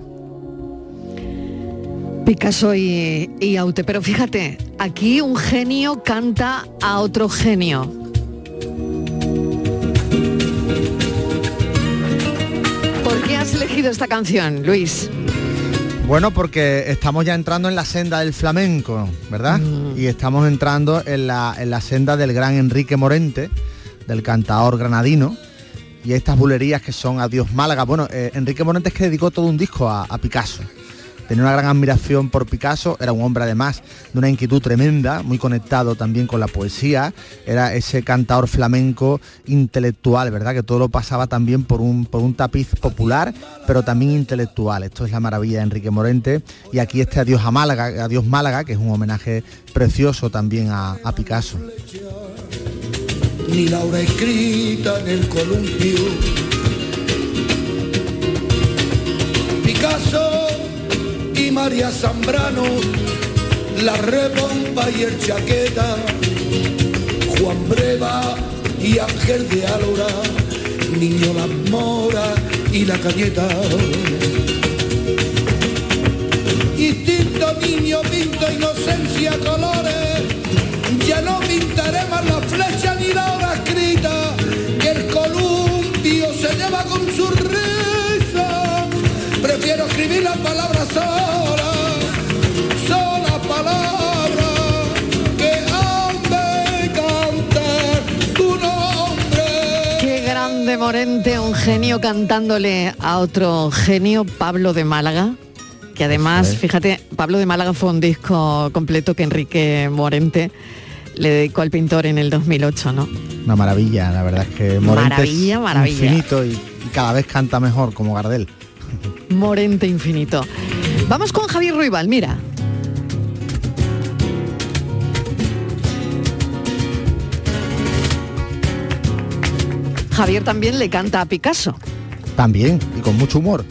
Picasso y Aute, pero fíjate, aquí un genio canta a otro genio. ¿Por qué has elegido esta canción, Luis? Bueno, porque estamos ya entrando en la senda del flamenco, ¿verdad? Y estamos entrando en la senda del gran Enrique Morente, del cantador granadino, y estas bulerías que son Adiós Málaga. Bueno, Enrique Morente es que dedicó todo un disco a Picasso. Tenía una gran admiración por Picasso, era un hombre además de una inquietud tremenda, muy conectado también con la poesía, era ese cantador flamenco intelectual, ¿verdad? Que todo lo pasaba también por un tapiz popular, pero también intelectual. Esto es la maravilla de Enrique Morente. Y aquí este Adiós Málaga, que es un homenaje precioso también a Picasso. Ni la hora escrita en el columpio. Picasso y María Zambrano, la Repompa y el Chaqueta, Juan Breva y Ángel de Álora, Niño Las Moras y la Cañeta. Instinto niño pinto inocencia colores, ya no pintaré más la flecha ni la hora escrita, que el columpio se lleva con su risa. Prefiero escribir las palabras sola palabra, que han de cantar tu nombre. Qué grande Morente, un genio cantándole a otro genio, Pablo de Málaga. Que además, fíjate, Pablo de Málaga fue un disco completo que Enrique Morente le dedicó al pintor en el 2008, ¿no? Una maravilla, la verdad es que Morente es infinito y cada vez canta mejor, como Gardel. Morente infinito. Vamos con Javier Ruibal, mira. Javier también le canta a Picasso. También, y con mucho humor.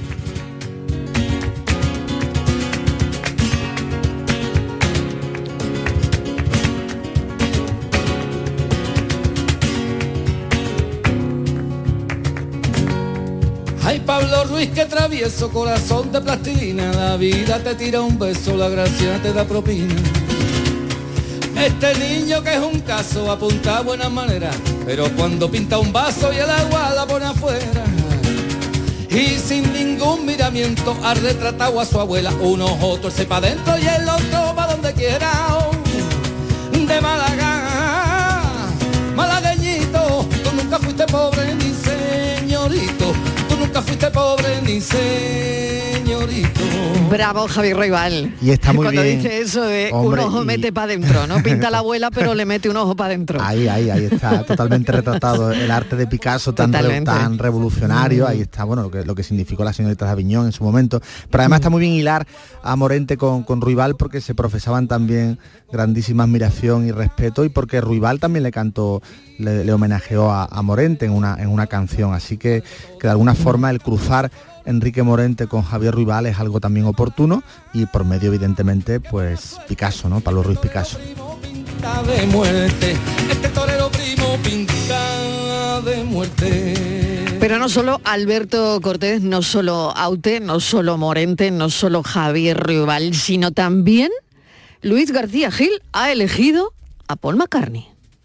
Ay, Pablo Ruiz, que travieso, corazón de plastilina, la vida te tira un beso, la gracia te da propina. Este niño que es un caso, apunta a buenas maneras, pero cuando pinta un vaso y el agua la pone afuera. Y sin ningún miramiento ha retratado a su abuela, un ojo torce pa' dentro y el otro pa' donde quiera. De Málaga, malagueñito, tú nunca fuiste pobre ni señorito, tú nunca fuiste pobre ni señorito. Bravo, Javier Ruibal. Y está muy cuando bien. dice eso de Hombre, un ojo mete para adentro, ¿no? Pinta la abuela, pero le mete un ojo para adentro. Ahí está totalmente retratado el arte de Picasso tan revolucionario. Ahí está, bueno, lo que significó la señorita de Aviñón en su momento. Pero además está muy bien hilar a Morente con Ruibal, porque se profesaban también grandísima admiración y respeto, y porque Ruibal también le cantó, le homenajeó a Morente en una canción. Así que de alguna forma el cruzar Enrique Morente con Javier Ruibal es algo también oportuno, y por medio evidentemente pues Picasso, ¿no? Pablo Ruiz Picasso. De muerte, este torero primo pinta de muerte. Pero no solo Alberto Cortés, no solo Aute, no solo Morente, no solo Javier Ruibal, sino también Luis García Gil ha elegido a Paul McCartney.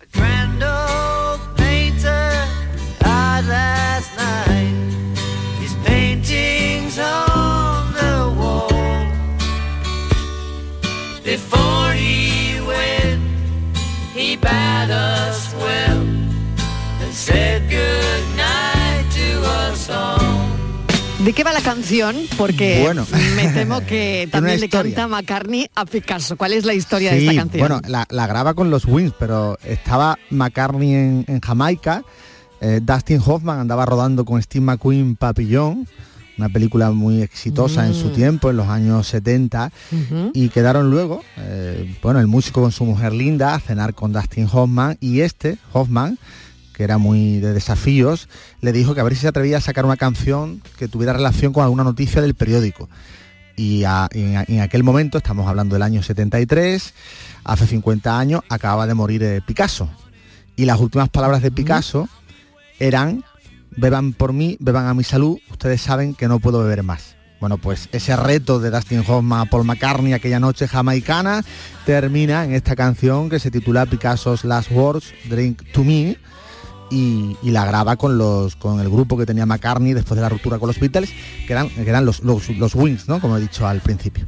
Before he went, he bade us well and said good night to us all. ¿De qué va la canción? Porque bueno, me temo que también le canta McCartney a Picasso. ¿Cuál es la historia de esta canción? Bueno, la graba con los Wings, pero estaba McCartney en Jamaica, Dustin Hoffman andaba rodando con Steve McQueen Papillon, una película muy exitosa en su tiempo, en los años 70, y quedaron luego, el músico con su mujer Linda, a cenar con Dustin Hoffman, y Hoffman, que era muy de desafíos, le dijo que a ver si se atrevía a sacar una canción que tuviera relación con alguna noticia del periódico. Y en aquel momento, estamos hablando del año 73, hace 50 años, acababa de morir Picasso. Y las últimas palabras de Picasso eran: beban por mí, beban a mi salud, ustedes saben que no puedo beber más. Bueno, pues ese reto de Dustin Hoffman a Paul McCartney aquella noche jamaicana termina en esta canción que se titula Picasso's Last Words, Drink to Me, y la graba con el grupo que tenía McCartney después de la ruptura con los Beatles, que eran los Wings, ¿no? Como he dicho al principio.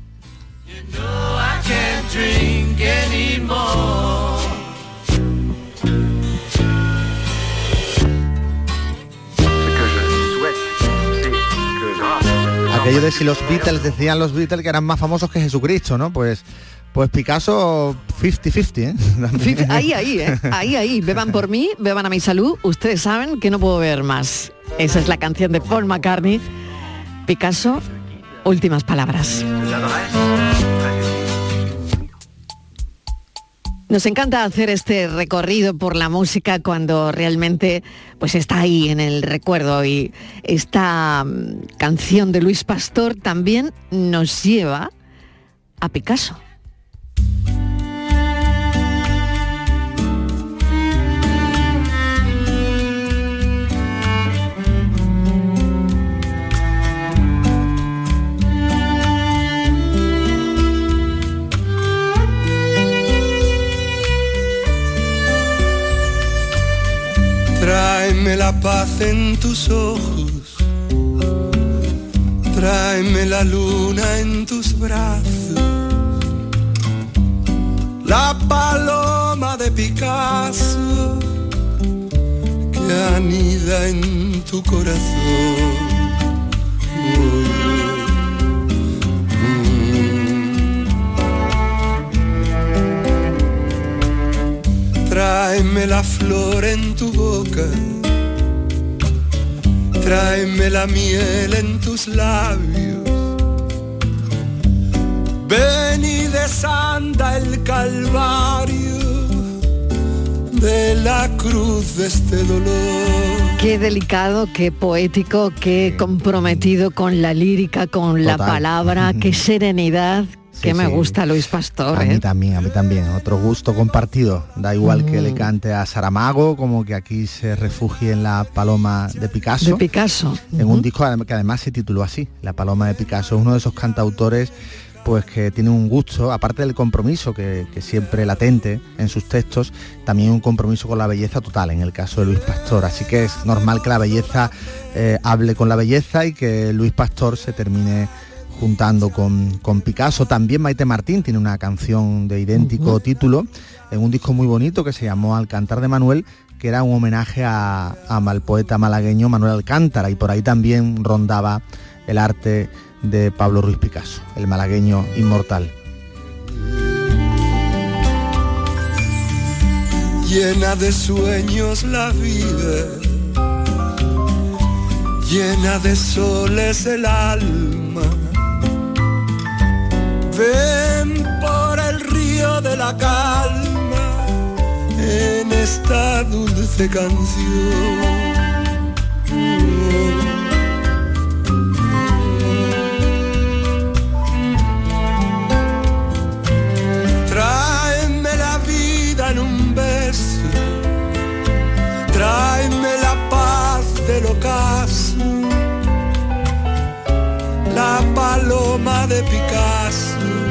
Aquello de si los Beatles, decían los Beatles que eran más famosos que Jesucristo, ¿no? Pues Picasso 50-50, ¿eh? Ahí, beban por mí, beban a mi salud, ustedes saben que no puedo beber más. Esa es la canción de Paul McCartney. Picasso, últimas palabras. Nos encanta hacer este recorrido por la música cuando realmente pues está ahí en el recuerdo, y esta canción de Luis Pastor también nos lleva a Picasso. Tráeme la paz en tus ojos, tráeme la luna en tus brazos, la paloma de Picasso que anida en tu corazón. Tráeme la flor en tu boca, tráeme la miel en tus labios, ven y desanda el calvario de la cruz de este dolor. Qué delicado, qué poético, qué comprometido con la lírica, con la palabra, qué serenidad. Que me gusta Luis Pastor. A mí también. Otro gusto compartido. Da igual que le cante a Saramago, como que aquí se refugie en La Paloma de Picasso. En un disco que además se tituló así, La Paloma de Picasso. Es uno de esos cantautores pues que tiene un gusto, aparte del compromiso que siempre latente en sus textos, también un compromiso con la belleza total, en el caso de Luis Pastor. Así que es normal que la belleza hable con la belleza y que Luis Pastor se termine juntando con Picasso. También Maite Martín tiene una canción de idéntico título en un disco muy bonito que se llamó Al cantar de Manuel, que era un homenaje al poeta malagueño Manuel Alcántara, y por ahí también rondaba el arte de Pablo Ruiz Picasso, el malagueño inmortal. Llena de sueños la vida, llena de soles el alma. Ven por el río de la calma en esta dulce canción. Tráeme la vida en un beso, tráeme la paz del ocaso, la paloma de Picasso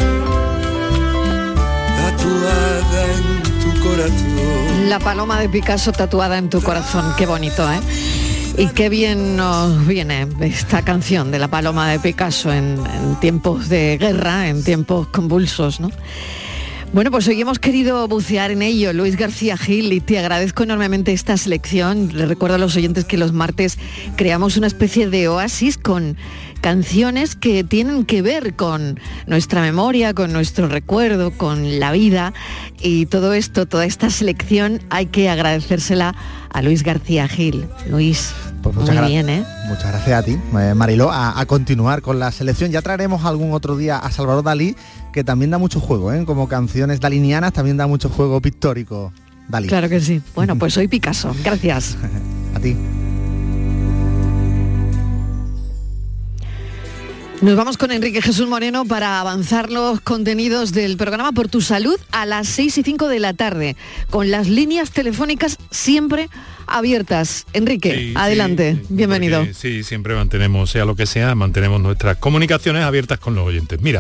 tatuada en tu corazón. La paloma de Picasso tatuada en tu corazón, qué bonito, ¿eh? Y qué bien nos viene esta canción de La Paloma de Picasso en tiempos de guerra, en tiempos convulsos, ¿no? Bueno, pues hoy hemos querido bucear en ello, Luis García Gil, y te agradezco enormemente esta selección. Les recuerdo a los oyentes que los martes creamos una especie de oasis con canciones que tienen que ver con nuestra memoria, con nuestro recuerdo, con la vida, y todo esto, toda esta selección hay que agradecérsela a Luis García Gil. Luis, pues muy bien, ¿eh? Muchas gracias a ti, Mariló. A continuar con la selección. Ya traeremos algún otro día a Salvador Dalí, que también da mucho juego, ¿eh? Como canciones dalinianas también da mucho juego pictórico Dalí. Claro que sí. Bueno, pues soy Picasso. Gracias. A ti. Nos vamos con Enrique Jesús Moreno para avanzar los contenidos del programa Por tu Salud a las 6 y 5 de la tarde, con las líneas telefónicas siempre abiertas. Enrique, sí, adelante, bienvenido. Sí, siempre mantenemos, sea lo que sea, mantenemos nuestras comunicaciones abiertas con los oyentes. Mira,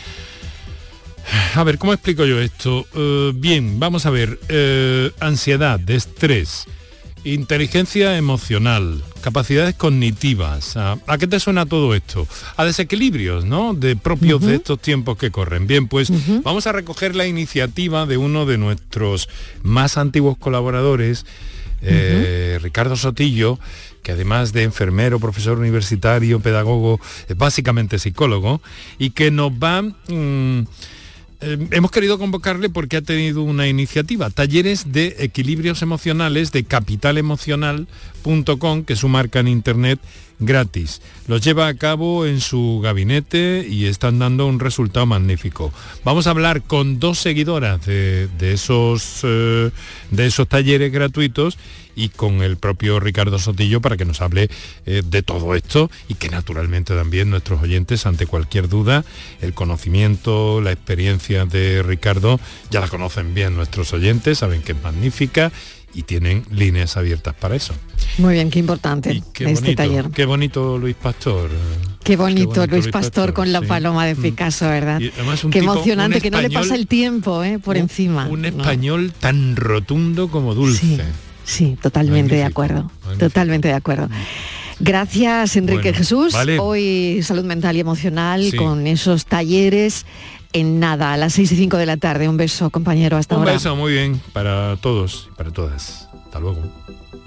a ver, ¿cómo explico yo esto? Bien, vamos a ver, ansiedad, estrés, inteligencia emocional, capacidades cognitivas. ¿A qué te suena todo esto? A desequilibrios, ¿no? De propios de estos tiempos que corren. Bien, pues vamos a recoger la iniciativa de uno de nuestros más antiguos colaboradores, Ricardo Sotillo, que además de enfermero, profesor universitario, pedagogo, es básicamente psicólogo, y que nos va... hemos querido convocarle porque ha tenido una iniciativa, talleres de equilibrios emocionales de capitalemocional.com, que es su marca en internet, gratis. Los lleva a cabo en su gabinete y están dando un resultado magnífico. Vamos a hablar con dos seguidoras de esos talleres gratuitos y con el propio Ricardo Sotillo para que nos hable de todo esto y que naturalmente también nuestros oyentes, ante cualquier duda, el conocimiento, la experiencia de Ricardo, ya la conocen bien nuestros oyentes, saben que es magnífica y tienen líneas abiertas para eso. Muy bien, qué importante este taller. Qué bonito Luis Pastor. Qué bonito Luis Pastor con la paloma de Picasso, ¿verdad? Y además qué tipo, emocionante, que no le pasa el tiempo por encima. Un español tan rotundo como dulce. Sí, totalmente magnífico, de acuerdo. Magnífico. Totalmente de acuerdo. Gracias, Enrique Jesús. Vale. Hoy salud mental y emocional con esos talleres en nada, a las 6 y 5 de la tarde. Un beso, compañero, hasta ahora. Un beso, muy bien, para todos y para todas. Hasta luego.